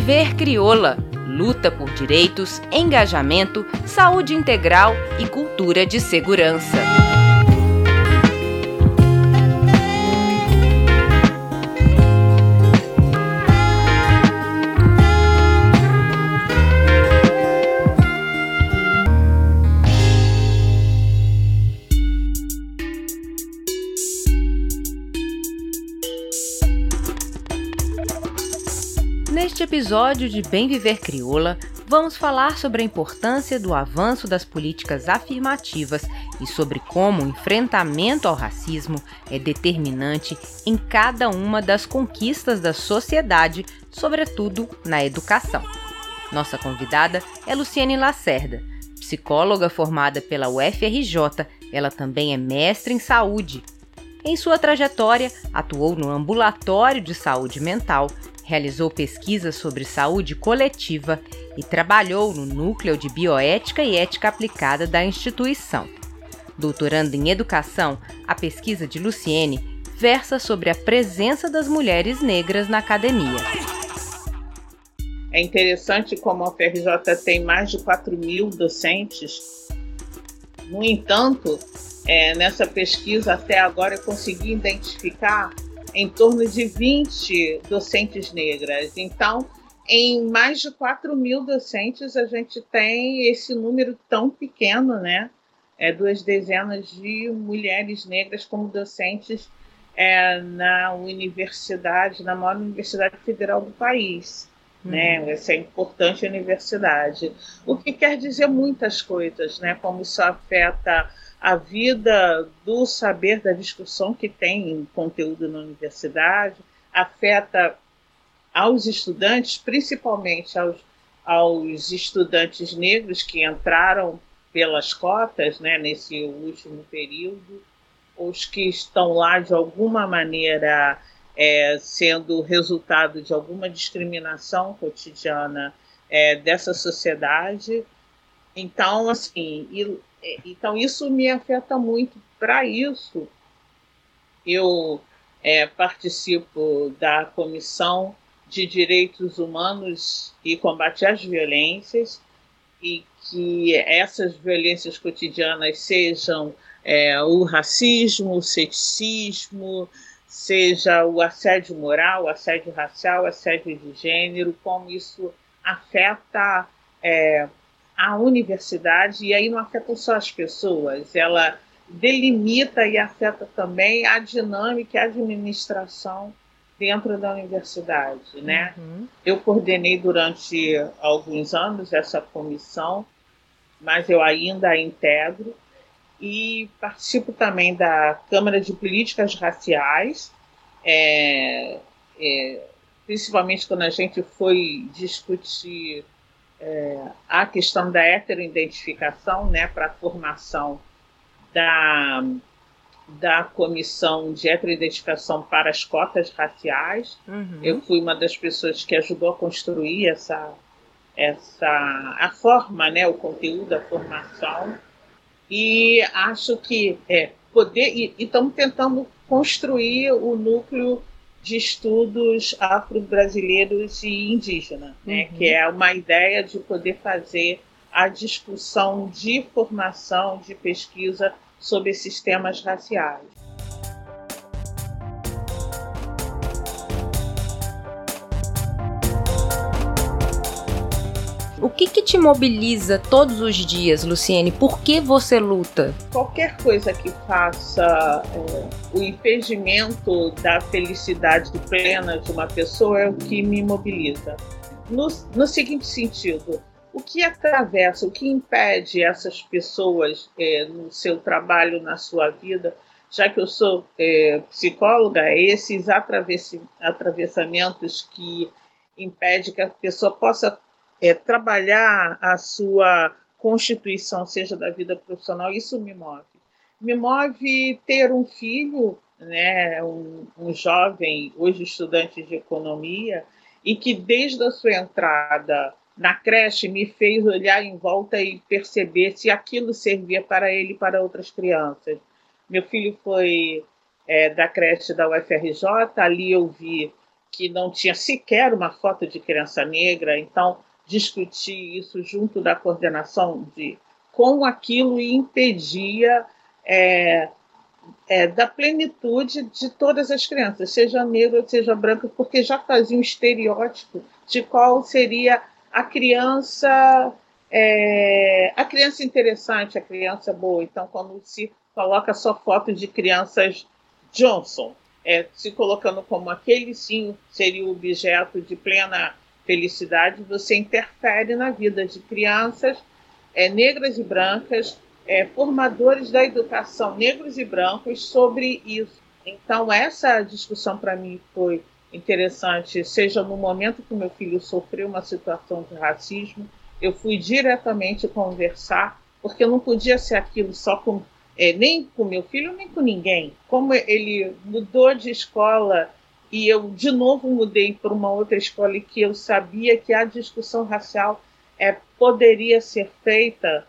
Viver Crioula, luta por direitos, engajamento, saúde integral e cultura de segurança. Neste episódio de Bem Viver Crioula, vamos falar sobre a importância do avanço das políticas afirmativas e sobre como o enfrentamento ao racismo é determinante em cada uma das conquistas da sociedade, sobretudo na educação. Nossa convidada é Luciene Lacerda, psicóloga formada pela UFRJ, ela também é mestre em saúde. Em sua trajetória, atuou no Ambulatório de Saúde Mental, realizou pesquisas sobre saúde coletiva e trabalhou no Núcleo de Bioética e Ética Aplicada da instituição. Doutorando em Educação, a pesquisa de Luciene versa sobre a presença das mulheres negras na academia. É interessante como a UFRJ tem mais de 4.000 docentes. No entanto, nessa pesquisa até agora eu consegui identificar em torno de 20 docentes negras. Então, em mais de 4.000 docentes, a gente tem esse número tão pequeno, né? 2 dezenas de mulheres negras como docentes na universidade, na maior universidade federal do país. Né? Essa é importante universidade. O que quer dizer muitas coisas, né? Como isso afeta a vida do saber, da discussão que tem em conteúdo na universidade, afeta aos estudantes, principalmente aos estudantes negros que entraram pelas cotas, né, nesse último período, os que estão lá de alguma maneira sendo resultado de alguma discriminação cotidiana dessa sociedade. Então, assim, então isso me afeta muito. Para isso, eu participo da Comissão de Direitos Humanos e Combate às Violências, e que essas violências cotidianas sejam o racismo, o sexismo, seja o assédio moral, o assédio racial, o assédio de gênero, como isso afeta a universidade, e aí não afeta só as pessoas, ela delimita e afeta também a dinâmica e a administração dentro da universidade, né? Eu coordenei durante alguns anos essa comissão, mas eu ainda a integro, e participo também da Câmara de Políticas Raciais, principalmente quando a gente foi discutir a questão da heteroidentificação, né, para a formação da comissão de heteroidentificação para as cotas raciais. Eu fui uma das pessoas que ajudou a construir a forma, né, o conteúdo, a formação, e acho que e estamos tentando construir o núcleo de estudos afro-brasileiros e indígenas, né? Que é uma ideia de poder fazer a discussão de formação, de pesquisa sobre esses temas raciais. O que te mobiliza todos os dias, Luciene? Por que você luta? Qualquer coisa que faça o impedimento da felicidade plena de uma pessoa é o que me mobiliza. No seguinte sentido, o que atravessa, o que impede essas pessoas no seu trabalho, na sua vida, já que eu sou psicóloga, esses atravessamentos que impedem que a pessoa possa trabalhar a sua constituição, seja da vida profissional, isso me move. Me move ter um filho, né, um jovem, hoje estudante de economia, e que desde a sua entrada na creche me fez olhar em volta e perceber se aquilo servia para ele e para outras crianças. Meu filho foi da creche da UFRJ, ali eu vi que não tinha sequer uma foto de criança negra, então discutir isso junto da coordenação de como aquilo impedia da plenitude de todas as crianças, seja negra, seja branca, porque já fazia um estereótipo de qual seria a criança interessante, a criança boa. Então, quando se coloca só foto de crianças Johnson, se colocando como aquele sim seria o objeto de plena felicidade, você interfere na vida de crianças negras e brancas, formadores da educação negros e brancos sobre isso. Então, essa discussão para mim foi interessante, seja no momento que meu filho sofreu uma situação de racismo, eu fui diretamente conversar, porque eu não podia ser aquilo só com nem com meu filho, nem com ninguém. Como ele mudou de escola e eu, de novo, mudei para uma outra escola e que eu sabia que a discussão racial poderia ser feita,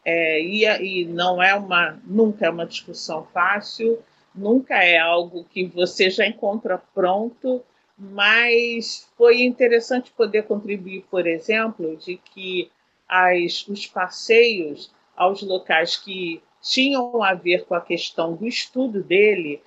e não nunca é uma discussão fácil, nunca é algo que você já encontra pronto, mas foi interessante poder contribuir, por exemplo, de que os passeios aos locais que tinham a ver com a questão do estudo dele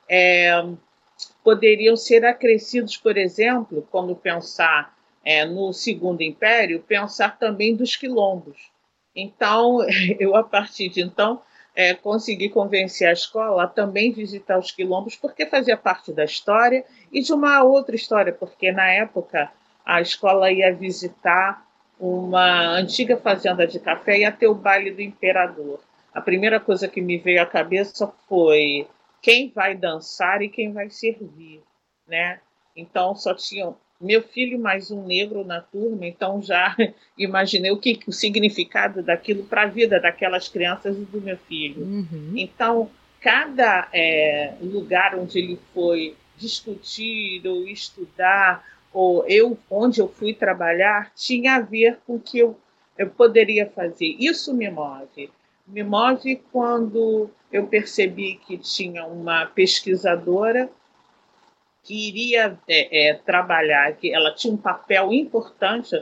poderiam ser acrescidos, por exemplo, quando pensar no Segundo Império, pensar também dos quilombos. Então, eu, a partir de então, consegui convencer a escola a também visitar os quilombos, porque fazia parte da história e de uma outra história, porque, na época, a escola ia visitar uma antiga fazenda de café e ia ter o baile do imperador. A primeira coisa que me veio à cabeça foi quem vai dançar e quem vai servir, né? Então, só tinham meu filho mais um negro na turma, então já imaginei o significado daquilo para a vida daquelas crianças e do meu filho. Uhum. Então, cada lugar onde ele foi discutir ou estudar, ou onde eu fui trabalhar, tinha a ver com o que eu poderia fazer. Isso me move. Me move quando eu percebi que tinha uma pesquisadora que iria trabalhar, que ela tinha um papel importante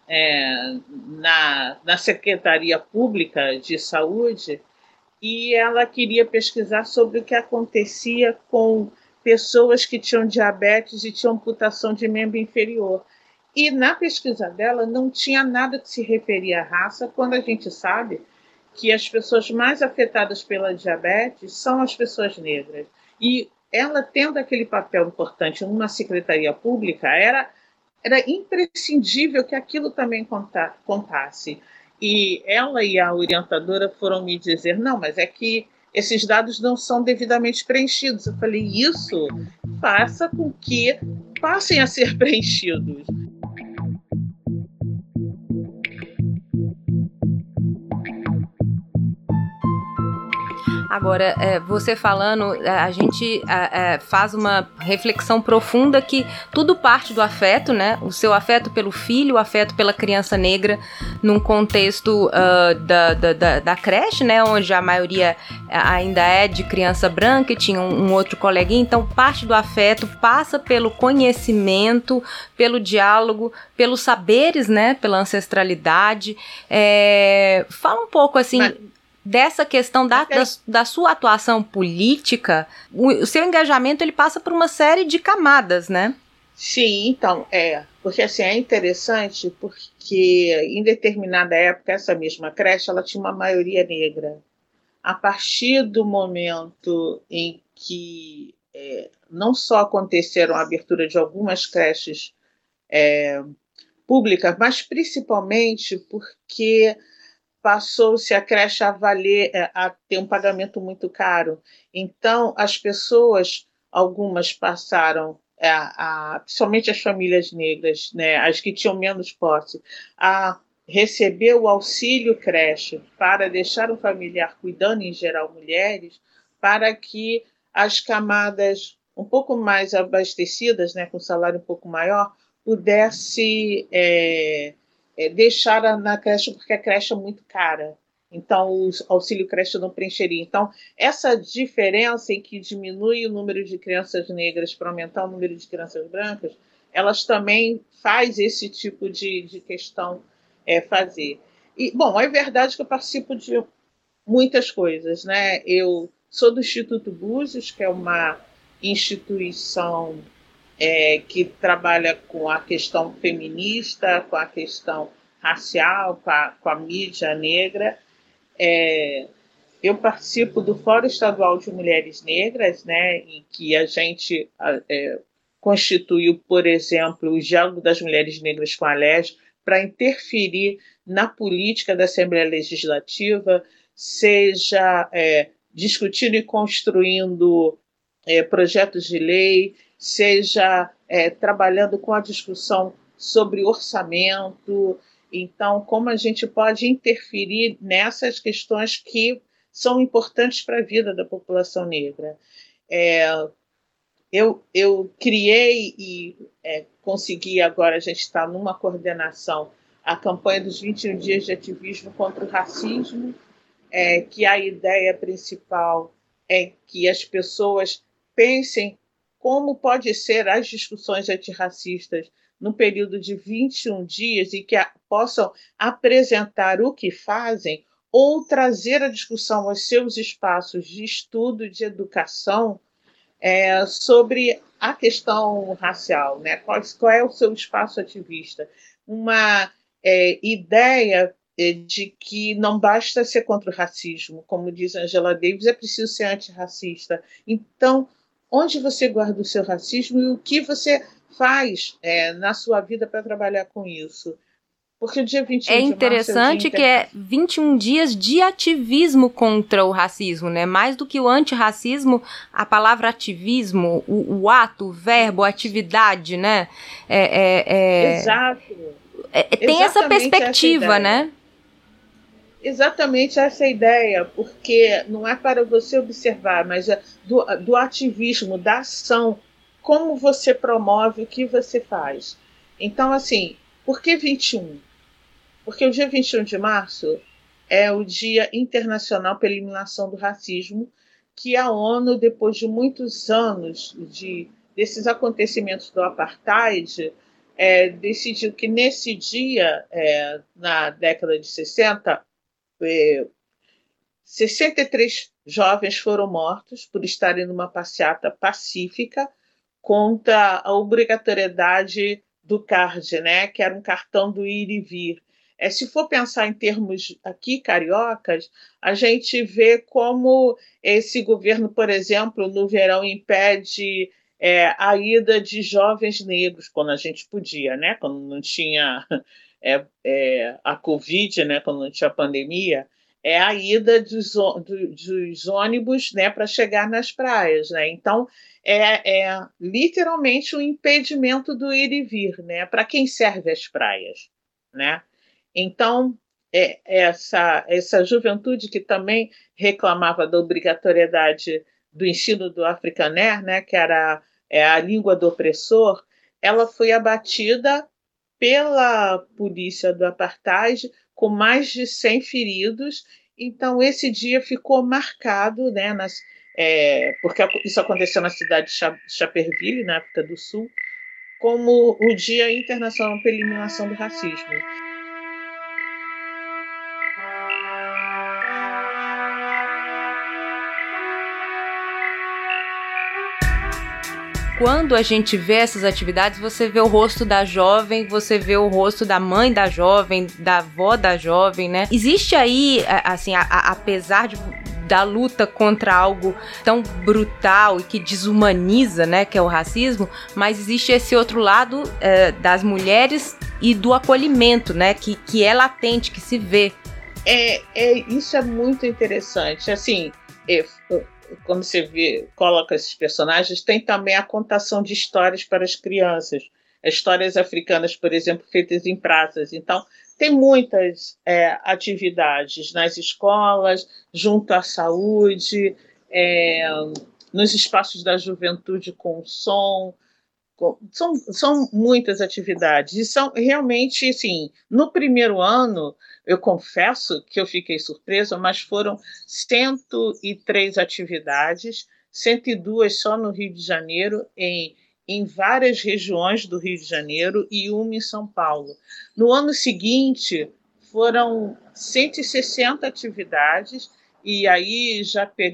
na Secretaria Pública de Saúde, e ela queria pesquisar sobre o que acontecia com pessoas que tinham diabetes e tinham amputação de membro inferior. E na pesquisa dela não tinha nada que se referia à raça, quando a gente sabe que as pessoas mais afetadas pela diabetes são as pessoas negras. E ela, tendo aquele papel importante numa secretaria pública, era imprescindível que aquilo também contasse. E ela e a orientadora foram me dizer, não, mas é que esses dados não são devidamente preenchidos. Eu falei, isso faça com que passem a ser preenchidos. Agora, você falando, a gente faz uma reflexão profunda que tudo parte do afeto, né? O seu afeto pelo filho, o afeto pela criança negra, num contexto da creche, né? Onde a maioria ainda é de criança branca e tinha um outro coleguinha. Então, parte do afeto passa pelo conhecimento, pelo diálogo, pelos saberes, né? Pela ancestralidade. Fala um pouco, assim... dessa questão da sua atuação política, o seu engajamento ele passa por uma série de camadas, né? Sim, então, porque assim, é interessante porque em determinada época, essa mesma creche, ela tinha uma maioria negra. A partir do momento em que não só aconteceram a abertura de algumas creches públicas, mas principalmente porque passou-se a creche a ter um pagamento muito caro. Então, as pessoas, algumas passaram, principalmente as famílias negras, né, as que tinham menos posse, a receber o auxílio creche para deixar um familiar cuidando, em geral, mulheres, para que as camadas um pouco mais abastecidas, né, com salário um pouco maior, pudesse deixar na creche, porque a creche é muito cara. Então, o auxílio creche não preencheria. Então, essa diferença em que diminui o número de crianças negras para aumentar o número de crianças brancas, elas também faz esse tipo de questão fazer. E, bom, é verdade que eu participo de muitas coisas, né? Eu sou do Instituto Búzios, que é uma instituição que trabalha com a questão feminista, com a questão racial, com a mídia negra. Eu participo do Fórum Estadual de Mulheres Negras, né, em que a gente constituiu, por exemplo, o Diálogo das Mulheres Negras com a LES para interferir na política da Assembleia Legislativa, seja discutindo e construindo projetos de lei, seja trabalhando com a discussão sobre orçamento. Então, como a gente pode interferir nessas questões que são importantes para a vida da população negra. Eu criei e consegui, agora a gente está numa coordenação, a campanha dos 21 dias de ativismo contra o racismo, que a ideia principal é que as pessoas pensem como pode ser as discussões antirracistas no período de 21 dias e que possam apresentar o que fazem ou trazer a discussão aos seus espaços de estudo, de educação, sobre a questão racial, né? Qual é o seu espaço ativista? Uma ideia de que não basta ser contra o racismo, como diz Angela Davis, é preciso ser antirracista. Então, onde você guarda o seu racismo e o que você faz na sua vida para trabalhar com isso? Porque o dia 21 de março é o dia que é 21 dias de ativismo contra o racismo, né? Mais do que o antirracismo, a palavra ativismo, o ato, o verbo, a atividade, né? Exato. Tem essa perspectiva, né? Exatamente essa ideia, porque não é para você observar, mas do ativismo, da ação, como você promove, o que você faz. Então, assim, por que 21? Porque o dia 21 de março é o Dia Internacional pela Eliminação do Racismo, que a ONU, depois de muitos anos desses acontecimentos do apartheid, decidiu que nesse dia, na década de 60, 63 jovens foram mortos por estarem numa passeata pacífica contra a obrigatoriedade do CARD, né, que era um cartão do ir e vir. Se for pensar em termos aqui cariocas, a gente vê como esse governo, por exemplo, no verão impede a ida de jovens negros, quando a gente podia, né, quando não tinha a Covid, né, quando não tinha pandemia, a ida dos ônibus, né, para chegar nas praias, né? Então, literalmente um impedimento do ir e vir, né? Para quem serve as praias, né? Então, essa juventude que também reclamava da obrigatoriedade do ensino do Afrikaner, né, que era a língua do opressor, ela foi abatida pela polícia do apartheid, com mais de 100 feridos. Então, esse dia ficou marcado, né, porque isso aconteceu na cidade de Chapperville, na África do Sul, como o Dia Internacional pela Eliminação do Racismo. Quando a gente vê essas atividades, você vê o rosto da jovem, você vê o rosto da mãe da jovem, da avó da jovem, né? Existe aí, assim, apesar da luta contra algo tão brutal e que desumaniza, né, que é o racismo, mas existe esse outro lado das mulheres e do acolhimento, né, que é latente, que se vê. Isso é muito interessante. Assim, quando você coloca esses personagens, tem também a contação de histórias para as crianças. Histórias africanas, por exemplo, feitas em praças. Então, tem muitas atividades nas escolas, junto à saúde, nos espaços da juventude com som. São muitas atividades. E são realmente, assim, no primeiro ano, eu confesso que eu fiquei surpresa, mas foram 103 atividades, 102 só no Rio de Janeiro, em várias regiões do Rio de Janeiro e uma em São Paulo. No ano seguinte, foram 160 atividades, e aí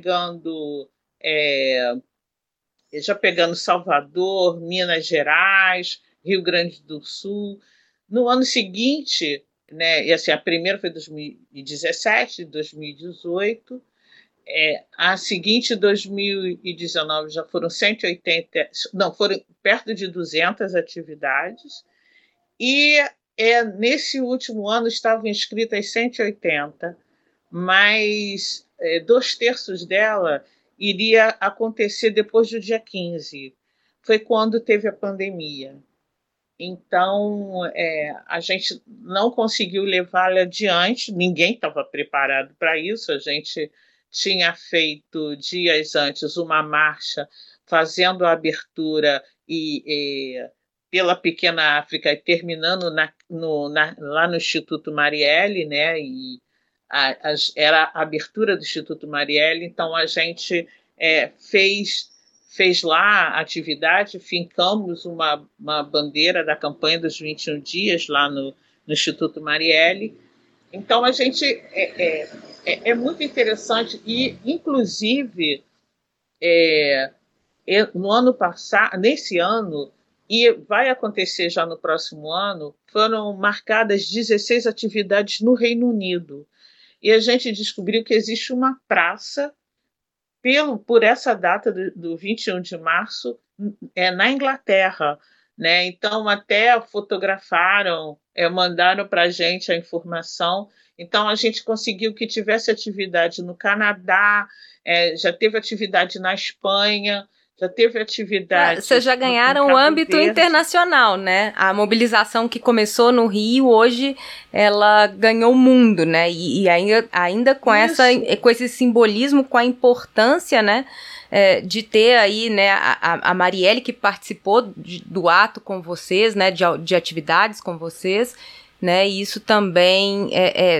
já pegando Salvador, Minas Gerais, Rio Grande do Sul. No ano seguinte, né, e assim, a primeira foi 2017, 2018, a seguinte, 2019, já foram 180, não, foram perto de 200 atividades, e nesse último ano estavam inscritas 180, mas 2/3 dela iria acontecer depois do dia 15. Foi quando teve a pandemia. Então, a gente não conseguiu levá-la adiante, ninguém estava preparado para isso. A gente tinha feito dias antes uma marcha fazendo a abertura pela Pequena África e terminando lá no Instituto Marielle, né? E era a abertura do Instituto Marielle, então a gente fez lá a atividade, fincamos uma bandeira da campanha dos 21 dias lá no Instituto Marielle. Então a gente é muito interessante e, inclusive, no ano passado, nesse ano, e vai acontecer já no próximo ano, foram marcadas 16 atividades no Reino Unido. E a gente descobriu que existe uma praça por essa data do 21 de março na Inglaterra, né? Então, até fotografaram, mandaram para a gente a informação. Então, a gente conseguiu que tivesse atividade no Canadá, já teve atividade na Espanha, já teve atividade. Vocês já ganharam o âmbito internacional, né? A mobilização que começou no Rio, hoje ela ganhou o mundo, né? E ainda com esse simbolismo, com a importância, né? De ter aí, né, a Marielle, que participou do ato com vocês, né? De atividades com vocês, né? E isso também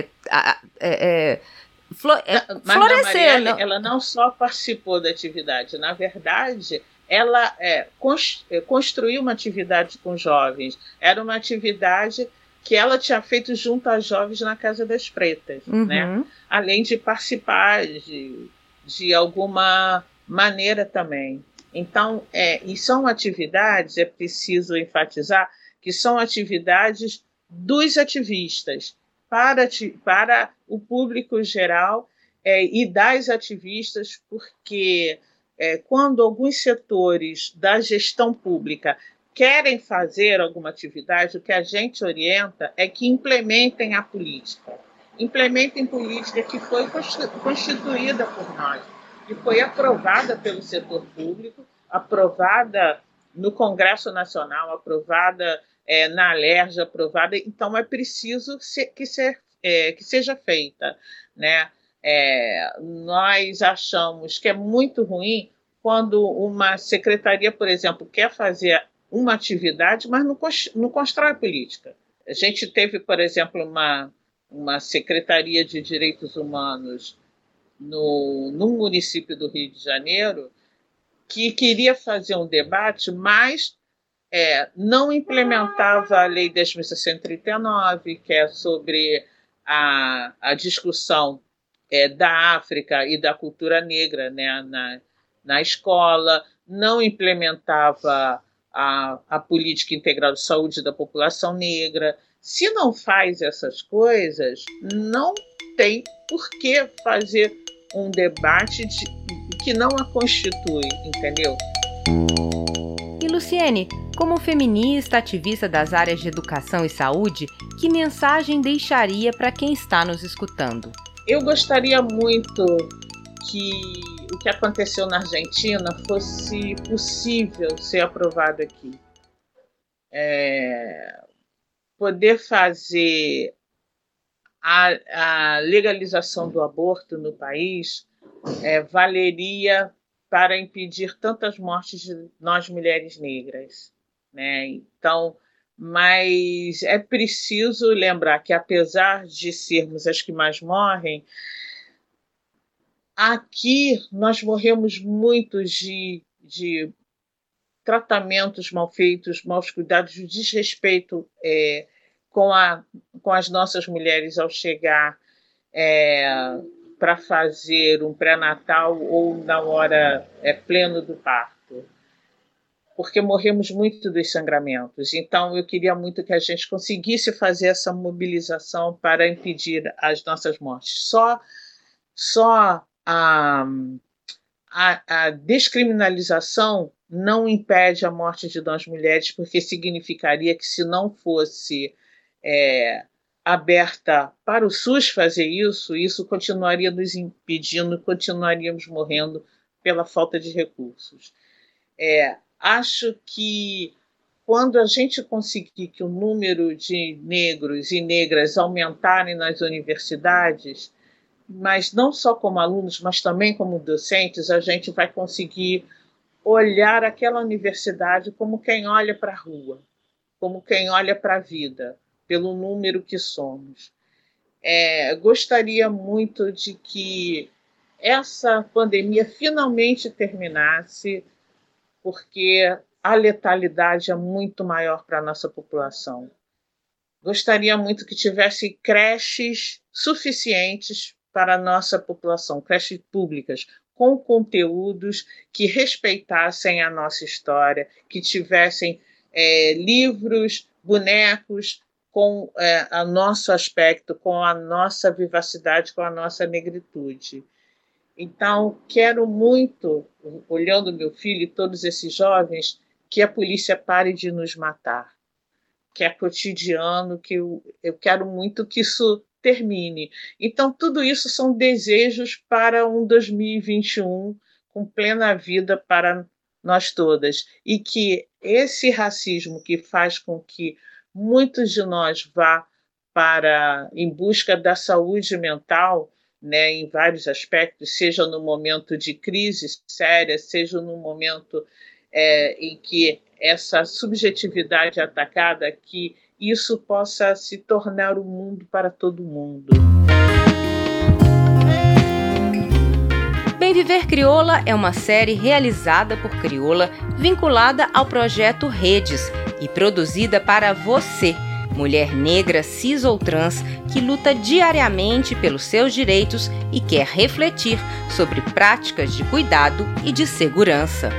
mas a Marielle, ela não só participou da atividade, na verdade, ela construiu uma atividade com jovens. Era uma atividade que ela tinha feito junto às jovens na Casa das Pretas, né? Além de participar de alguma maneira também. Então, e são atividades, é preciso enfatizar, que são atividades dos ativistas, para o público geral e das ativistas, porque quando alguns setores da gestão pública querem fazer alguma atividade, o que a gente orienta é que implementem a política. Implementem política que foi constituída por nós, que foi aprovada pelo setor público, aprovada no Congresso Nacional, aprovada na Alerj, aprovada. Então, é preciso que seja feita, né? Nós achamos que é muito ruim quando uma secretaria, por exemplo, quer fazer uma atividade, mas não constrói política. A gente teve, por exemplo, uma secretaria de direitos humanos no município do Rio de Janeiro que queria fazer um debate, mas não implementava a Lei 10.639, que é sobre a discussão da África e da cultura negra, né, na escola, não implementava a política integral de saúde da população negra. Se não faz essas coisas, não tem por que fazer um debate que não a constitui, entendeu? E Luciene, como feminista ativista das áreas de educação e saúde, que mensagem deixaria para quem está nos escutando? Eu gostaria muito que o que aconteceu na Argentina fosse possível ser aprovado aqui. Poder fazer a legalização do aborto no país valeria para impedir tantas mortes de nós mulheres negras, né? Então, Mas é preciso lembrar que, apesar de sermos as que mais morrem, aqui nós morremos muito de tratamentos mal feitos, maus cuidados, de desrespeito com, com as nossas mulheres ao chegar para fazer um pré-natal ou na hora pleno do parto, porque morremos muito dos sangramentos. Então, eu queria muito que a gente conseguisse fazer essa mobilização para impedir as nossas mortes. Só a descriminalização não impede a morte de nós mulheres, porque significaria que, se não fosse aberta para o SUS fazer isso continuaria nos impedindo, continuaríamos morrendo pela falta de recursos. Acho que quando a gente conseguir que o número de negros e negras aumentarem nas universidades, mas não só como alunos, mas também como docentes, a gente vai conseguir olhar aquela universidade como quem olha para a rua, como quem olha para a vida, pelo número que somos. Gostaria muito de que essa pandemia finalmente terminasse, porque a letalidade é muito maior para a nossa população. Gostaria muito que tivesse creches suficientes para a nossa população, creches públicas, com conteúdos que respeitassem a nossa história, que tivessem livros, bonecos, com o nosso aspecto, com a nossa vivacidade, com a nossa negritude. Então, quero muito, olhando meu filho e todos esses jovens, que a polícia pare de nos matar, que é cotidiano, que eu quero muito que isso termine. Então, tudo isso são desejos para um 2021 com plena vida para nós todas. E que esse racismo que faz com que muitos de nós vá em busca da saúde mental, né, em vários aspectos, seja no momento de crise séria, seja no momento em que essa subjetividade é atacada, que isso possa se tornar um mundo para todo mundo. Bem Viver Crioula é uma série realizada por Crioula, vinculada ao projeto Redes e produzida para você, mulher negra, cis ou trans, que luta diariamente pelos seus direitos e quer refletir sobre práticas de cuidado e de segurança.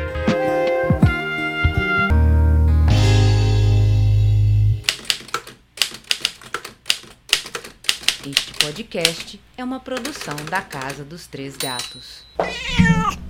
Este podcast é uma produção da Casa dos Três Gatos.